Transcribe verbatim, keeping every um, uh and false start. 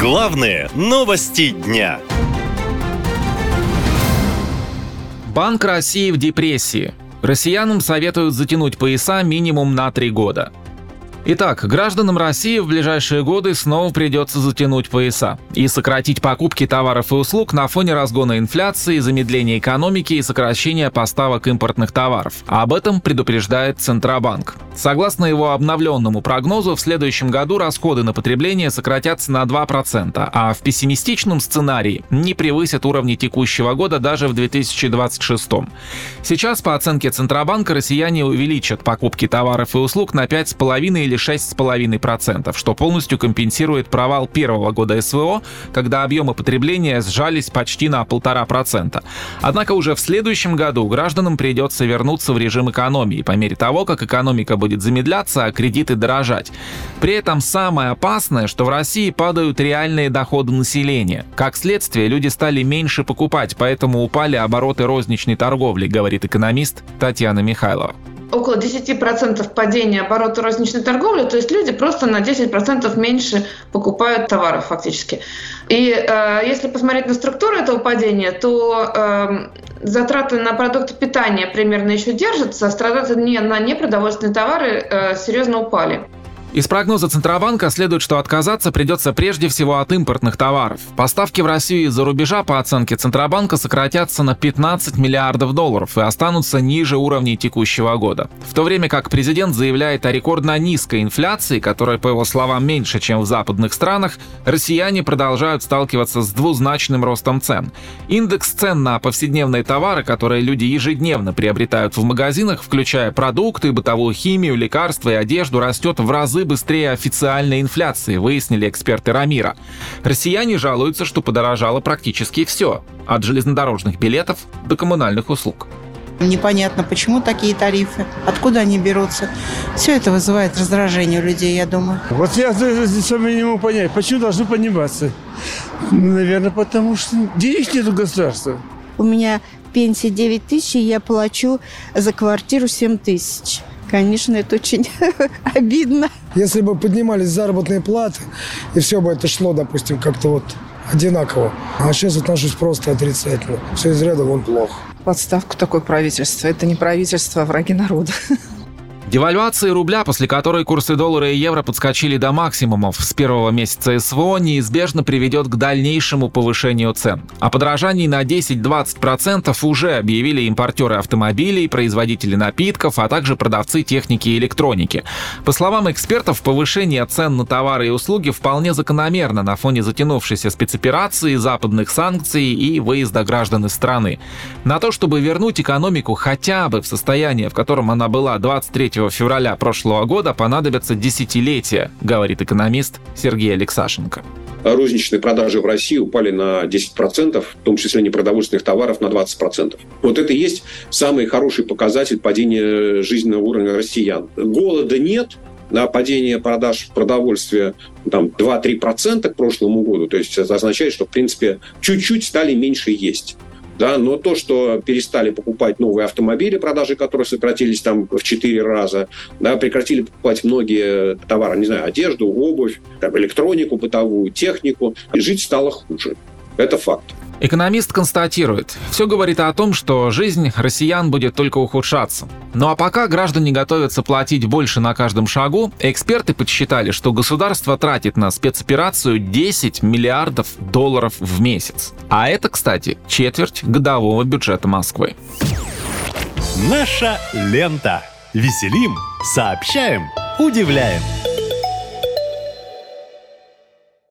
Главные новости дня. Банк России в депрессии. Россиянам советуют затянуть пояса минимум на три года. Итак, гражданам России в ближайшие годы снова придется затянуть пояса и сократить покупки товаров и услуг на фоне разгона инфляции, замедления экономики и сокращения поставок импортных товаров. Об этом предупреждает Центробанк. Согласно его обновленному прогнозу, в следующем году расходы на потребление сократятся на два процента, а в пессимистичном сценарии не превысят уровни текущего года даже в две тысячи двадцать шестом. Сейчас, по оценке Центробанка, россияне увеличат покупки товаров и услуг на пять целых пять десятых или шесть целых пять десятых процентов, что полностью компенсирует провал первого года СВО, когда объемы потребления сжались почти на полтора процента. Однако уже в следующем году гражданам придется вернуться в режим экономии по мере того, как экономика будет замедляться, а кредиты дорожать. При этом самое опасное, что в России падают реальные доходы населения. Как следствие, люди стали меньше покупать, поэтому упали обороты розничной торговли, говорит экономист Татьяна Михайлова. Около десять процентов падения оборота розничной торговли, то есть люди просто на десять процентов меньше покупают товаров фактически. И э, если посмотреть на структуру этого падения, то э, затраты на продукты питания примерно еще держатся, а затраты не, на непродовольственные товары э, серьезно упали. Из прогноза Центробанка следует, что отказаться придется прежде всего от импортных товаров. Поставки в Россию из-за рубежа, по оценке Центробанка, сократятся на пятнадцать миллиардов долларов и останутся ниже уровней текущего года. В то время как президент заявляет о рекордно низкой инфляции, которая, по его словам, меньше, чем в западных странах, россияне продолжают сталкиваться с двузначным ростом цен. Индекс цен на повседневные товары, которые люди ежедневно приобретают в магазинах, включая продукты, бытовую химию, лекарства и одежду, растет в разы быстрее официальной инфляции, выяснили эксперты Рамира. Россияне жалуются, что подорожало практически все, от железнодорожных билетов до коммунальных услуг. Непонятно, почему такие тарифы, откуда они берутся. Все это вызывает раздражение у людей, я думаю. Вот я сам не могу понять, почему должны подниматься. Наверное, потому что денег нет у государства. У меня пенсия девять тысяч, и я плачу за квартиру семь тысяч. Конечно, это очень обидно. Если бы поднимались заработные платы, и все бы это шло, допустим, как-то вот одинаково. А сейчас отношусь просто отрицательно. Все из ряда вон плохо. В отставку такое правительство. Это не правительство, а враги народа. Девальвация рубля, после которой курсы доллара и евро подскочили до максимумов с первого месяца СВО, неизбежно приведет к дальнейшему повышению цен. О подорожании на десять-двадцать процентов уже объявили импортеры автомобилей, производители напитков, а также продавцы техники и электроники. По словам экспертов, повышение цен на товары и услуги вполне закономерно на фоне затянувшейся спецоперации, западных санкций и выезда граждан из страны. На то, чтобы вернуть экономику хотя бы в состояние, в котором она была двадцать третьего февраля прошлого года, понадобятся десятилетия, говорит экономист Сергей Алексашенко. Розничные продажи в России упали на десять процентов, в том числе непродовольственных товаров на двадцать процентов. Вот это и есть самый хороший показатель падения жизненного уровня россиян. Голода нет, на падение продаж продовольствия там, два-три процента к прошлому году. То есть это означает, что, в принципе, чуть-чуть стали меньше есть. Да, но то, что перестали покупать новые автомобили, продажи которых сократились там в четыре раза, да, прекратили покупать многие товары, не знаю, одежду, обувь, там, электронику бытовую, технику, и жить стало хуже. Это факт. Экономист констатирует, все говорит о том, что жизнь россиян будет только ухудшаться. Ну а пока граждане готовятся платить больше на каждом шагу, эксперты подсчитали, что государство тратит на спецоперацию десять миллиардов долларов в месяц. А это, кстати, четверть годового бюджета Москвы. Наша лента. Веселим, сообщаем, удивляем.